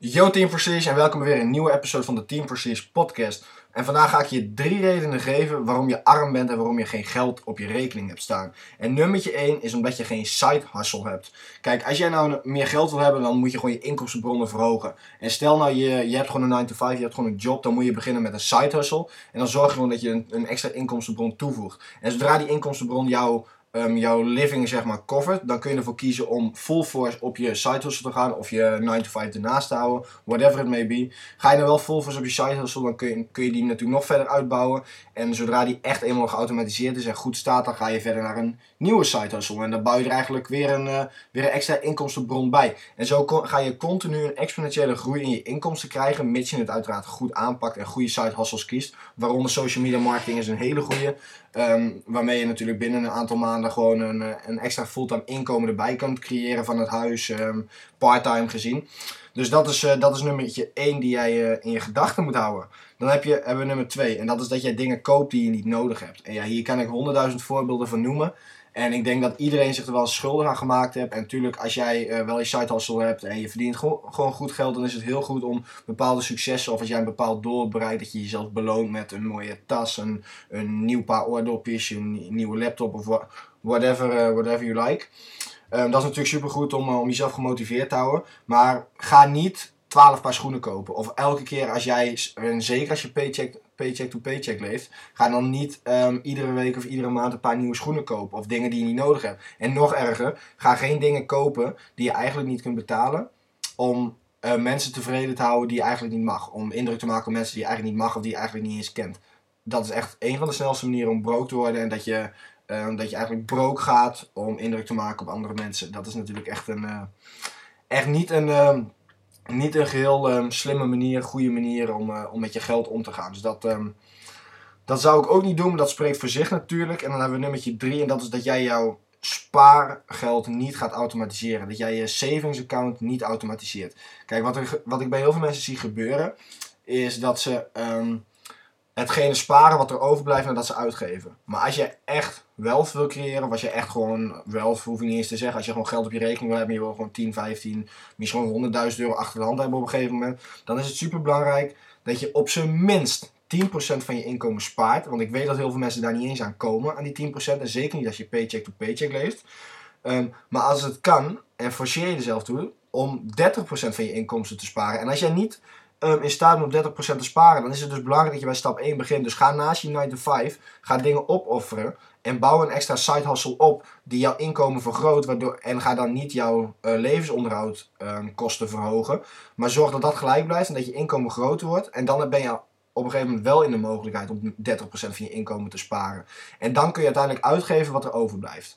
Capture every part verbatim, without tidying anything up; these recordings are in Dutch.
Yo Team Prestige en welkom bij weer een nieuwe episode van de Team Prestige podcast. En vandaag ga ik je drie redenen geven waarom je arm bent en waarom je geen geld op je rekening hebt staan. En nummertje één is omdat je geen side hustle hebt. Kijk, als jij nou meer geld wil hebben, dan moet je gewoon je inkomstenbronnen verhogen. En stel nou je, je hebt gewoon een nine to five, je hebt gewoon een job, dan moet je beginnen met een side hustle. En dan zorg je gewoon dat je een, een extra inkomstenbron toevoegt. En zodra die inkomstenbron jou... Um, jouw living zeg maar covert, dan kun je ervoor kiezen om full force op je side hustle te gaan of je nine to five ernaast te houden, whatever it may be. Ga je nou wel full force op je side hustle, dan kun je, kun je die natuurlijk nog verder uitbouwen. En zodra die echt eenmaal geautomatiseerd is en goed staat, dan ga je verder naar een nieuwe side hustle. En dan bouw je er eigenlijk weer een, uh, weer een extra inkomstenbron bij. En zo ga je continu een exponentiële groei in je inkomsten krijgen, mits je het uiteraard goed aanpakt en goede side hustles kiest. Waaronder social media marketing is een hele goede. Um, waarmee je natuurlijk binnen een aantal maanden gewoon een, een extra fulltime inkomen erbij kunt creëren van het huis, um, parttime gezien. Dus dat is, uh, dat is nummertje één die jij uh, in je gedachten moet houden. Dan heb je, hebben we nummer twee en dat is dat jij dingen koopt die je niet nodig hebt. En ja, hier kan ik honderdduizend voorbeelden van noemen. En ik denk dat iedereen zich er wel schuldig aan gemaakt heeft. En natuurlijk, als jij uh, wel je side hustle hebt en je verdient go- gewoon goed geld, dan is het heel goed om bepaalde successen, of als jij een bepaald doel bereikt, dat je jezelf beloont met een mooie tas, een, een nieuw paar oordopjes, een nieuwe laptop of wa- whatever, uh, whatever you like. Um, dat is natuurlijk super goed om, uh, om jezelf gemotiveerd te houden. Maar ga niet twaalf paar schoenen kopen. Of elke keer als jij, en zeker als je paycheck, paycheck to paycheck leeft, ga dan niet um, iedere week of iedere maand een paar nieuwe schoenen kopen. Of dingen die je niet nodig hebt. En nog erger, ga geen dingen kopen die je eigenlijk niet kunt betalen. Om uh, mensen tevreden te houden die je eigenlijk niet mag. Om indruk te maken op mensen die je eigenlijk niet mag of die je eigenlijk niet eens kent. Dat is echt een van de snelste manieren om broke te worden. En dat je... Um, dat je eigenlijk broke gaat om indruk te maken op andere mensen. Dat is natuurlijk echt, een, uh, echt niet, een, um, niet een geheel um, slimme manier, goede manier om, uh, om met je geld om te gaan. Dus dat, um, dat zou ik ook niet doen, maar dat spreekt voor zich natuurlijk. En dan hebben we nummertje drie en dat is dat jij jouw spaargeld niet gaat automatiseren. Dat jij je savings account niet automatiseert. Kijk, wat, er, wat ik bij heel veel mensen zie gebeuren, is dat ze... Um, hetgene sparen wat er overblijft en dat ze uitgeven. Maar als je echt wealth wil creëren, of als je echt gewoon wealth, hoef je niet eens te zeggen, als je gewoon geld op je rekening wil hebben, je wil gewoon tien, vijftien, misschien gewoon honderdduizend euro achter de hand hebben op een gegeven moment, dan is het super belangrijk dat je op zijn minst tien procent van je inkomen spaart. Want ik weet dat heel veel mensen daar niet eens aan komen, aan die tien procent. En zeker niet als je paycheck to paycheck leeft. Um, maar als het kan, en forceer je jezelf toe, om dertig procent van je inkomsten te sparen. En als jij niet... Um, in staat om op dertig procent te sparen, dan is het dus belangrijk dat je bij stap één begint. Dus ga naast je nine to five, ga dingen opofferen en bouw een extra side hustle op die jouw inkomen vergroot. Waardoor, en ga dan niet jouw uh, levensonderhoudkosten um, verhogen, maar zorg dat dat gelijk blijft en dat je inkomen groter wordt. En dan ben je op een gegeven moment wel in de mogelijkheid om dertig procent van je inkomen te sparen. En dan kun je uiteindelijk uitgeven wat er overblijft.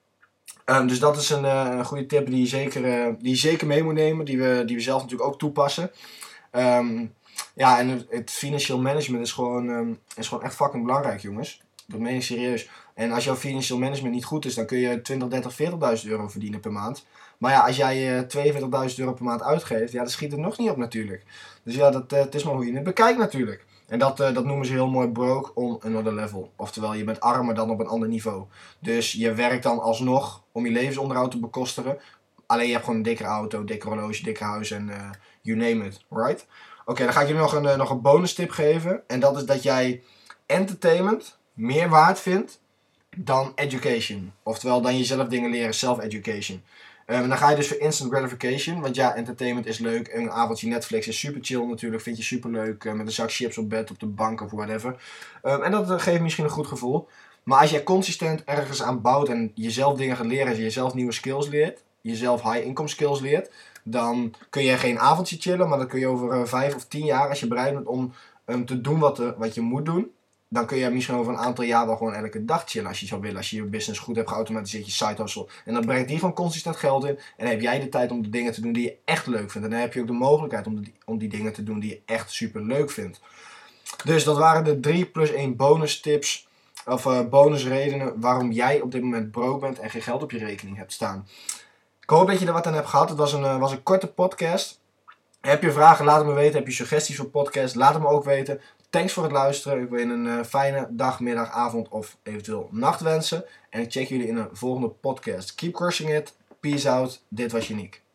Um, dus dat is een, uh, een goede tip die je, zeker, uh, die je zeker mee moet nemen, die we, die we zelf natuurlijk ook toepassen. Um, ja, en het, het financieel management is gewoon, um, is gewoon echt fucking belangrijk, jongens. Dat meen ik serieus. En als jouw financieel management niet goed is, dan kun je twintig, dertig, veertigduizend euro verdienen per maand. Maar ja, als jij uh, tweeënveertigduizend euro per maand uitgeeft, ja, dan schiet het nog niet op natuurlijk. Dus ja, dat, uh, het is maar hoe je het bekijkt natuurlijk. En dat, uh, dat noemen ze heel mooi broke on another level. Oftewel, je bent arm, maar dan op een ander niveau. Dus je werkt dan alsnog om je levensonderhoud te bekostigen. Alleen je hebt gewoon een dikkere auto, dikker horloge, dikker huis en uh, you name it, right? Oké, okay, dan ga ik je nog een, uh, nog een bonus tip geven. En dat is dat jij entertainment meer waard vindt dan education. Oftewel dan jezelf dingen leren, self-education. Um, en dan ga je dus voor instant gratification. Want ja, entertainment is leuk. Een avondje Netflix is super chill natuurlijk. Vind je super leuk. Uh, met een zak chips op bed, op de bank of whatever. Um, en dat uh, geeft misschien een goed gevoel. Maar als jij consistent ergens aan bouwt en jezelf dingen gaat leren. Als je jezelf nieuwe skills leert. Jezelf high income skills leert. Dan kun je geen avondje chillen. Maar dan kun je over uh, vijf of tien jaar, als je bereid bent om um, te doen wat, uh, wat je moet doen. Dan kun je misschien over een aantal jaar wel gewoon elke dag chillen als je zou willen. Als je je business goed hebt geautomatiseerd, je side hustle. En dan brengt die gewoon consistent geld in. En dan heb jij de tijd om de dingen te doen die je echt leuk vindt. En dan heb je ook de mogelijkheid om, de, om die dingen te doen die je echt super leuk vindt. Dus dat waren de drie plus één bonus tips. Of uh, bonus redenen waarom jij op dit moment broke bent en geen geld op je rekening hebt staan. Ik hoop dat je er wat aan hebt gehad. Het was een, uh, was een korte podcast. Heb je vragen, laat het me weten. Heb je suggesties voor podcast, laat het me ook weten. Thanks voor het luisteren. Ik wil je een uh, fijne dag, middag, avond of eventueel nacht wensen. En ik check jullie in een volgende podcast. Keep crushing it. Peace out. Dit was Uniek.